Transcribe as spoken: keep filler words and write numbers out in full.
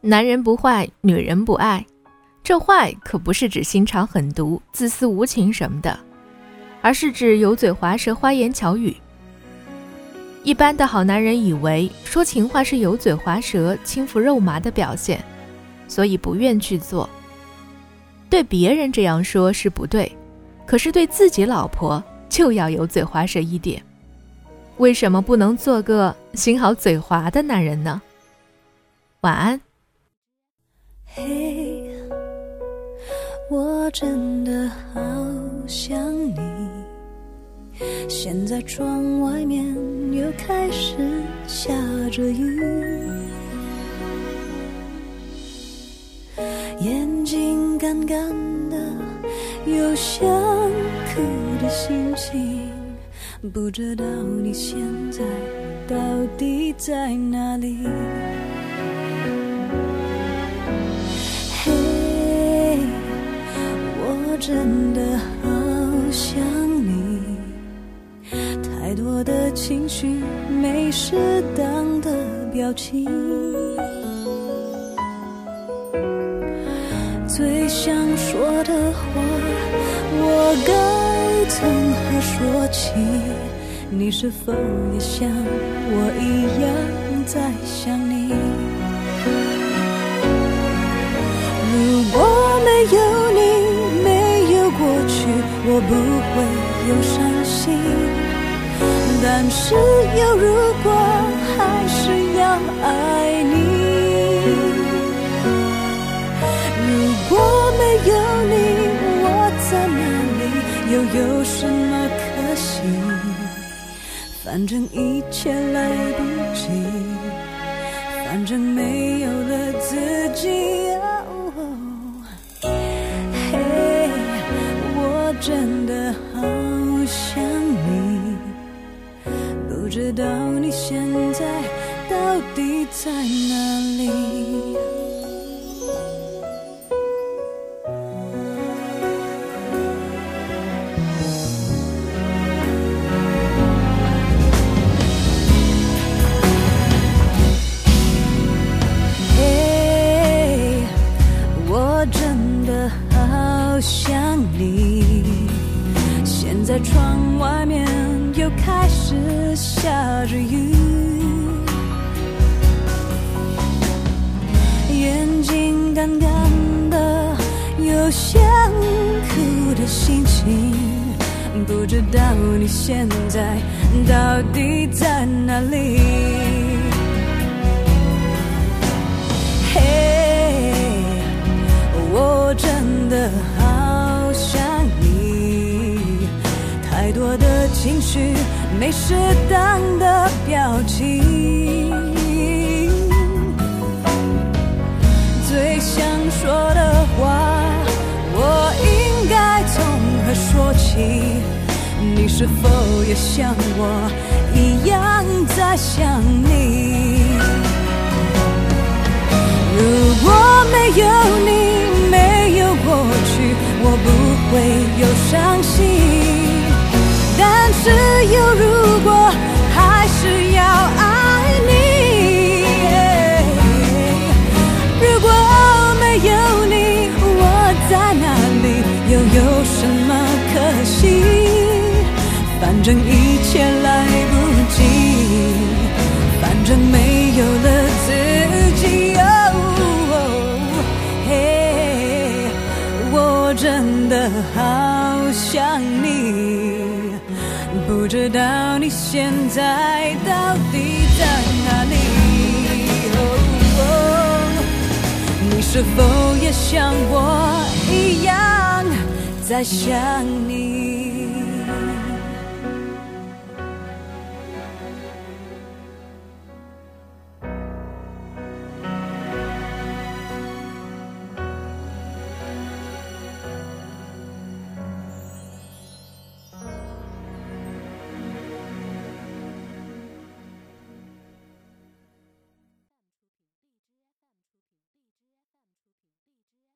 男人不坏，女人不爱。这坏可不是指心肠狠毒、自私无情什么的，而是指油嘴滑舌、花言巧语。一般的好男人以为说情话是油嘴滑舌、轻浮肉麻的表现，所以不愿去做。对别人这样说是不对，可是对自己老婆就要油嘴滑舌一点。为什么不能做个心好嘴滑的男人呢？晚安。 嘿，我真的好想你，现在窗外面又开始下着雨，眼睛干干的，有想哭的心情，不知道你现在到底在哪里。嘿，我真的好想你，太多的情绪没适当的表情，最想说的话我该从何说起，你是否也像我一样在想你？如果没有你，没有过去，我不会有伤心，但是有如果还是要爱你。如果没有你，我在哪里，又有什么可惜？反正一切来不及，反正没有了自己。嘿，我真的好想你，不知道你现在到底在哪里。想你，现在窗外面又开始下着雨，眼睛干干的，有想哭的心情，不知道你现在到底在哪里。嘿，我真的好想你，太多的情绪没适当的表情，最想说的话我应该从何说起？你是否也像我一样在想你？如果没有你，没有过去，我不会有伤心，但是有如果还是要爱你。如果没有你，我在哪里，又有什么可惜？反正一切来不及，反正没有了自己。我真的好想你，不知道你现在到底在哪里。哦哦，你是否也像我一样在想你？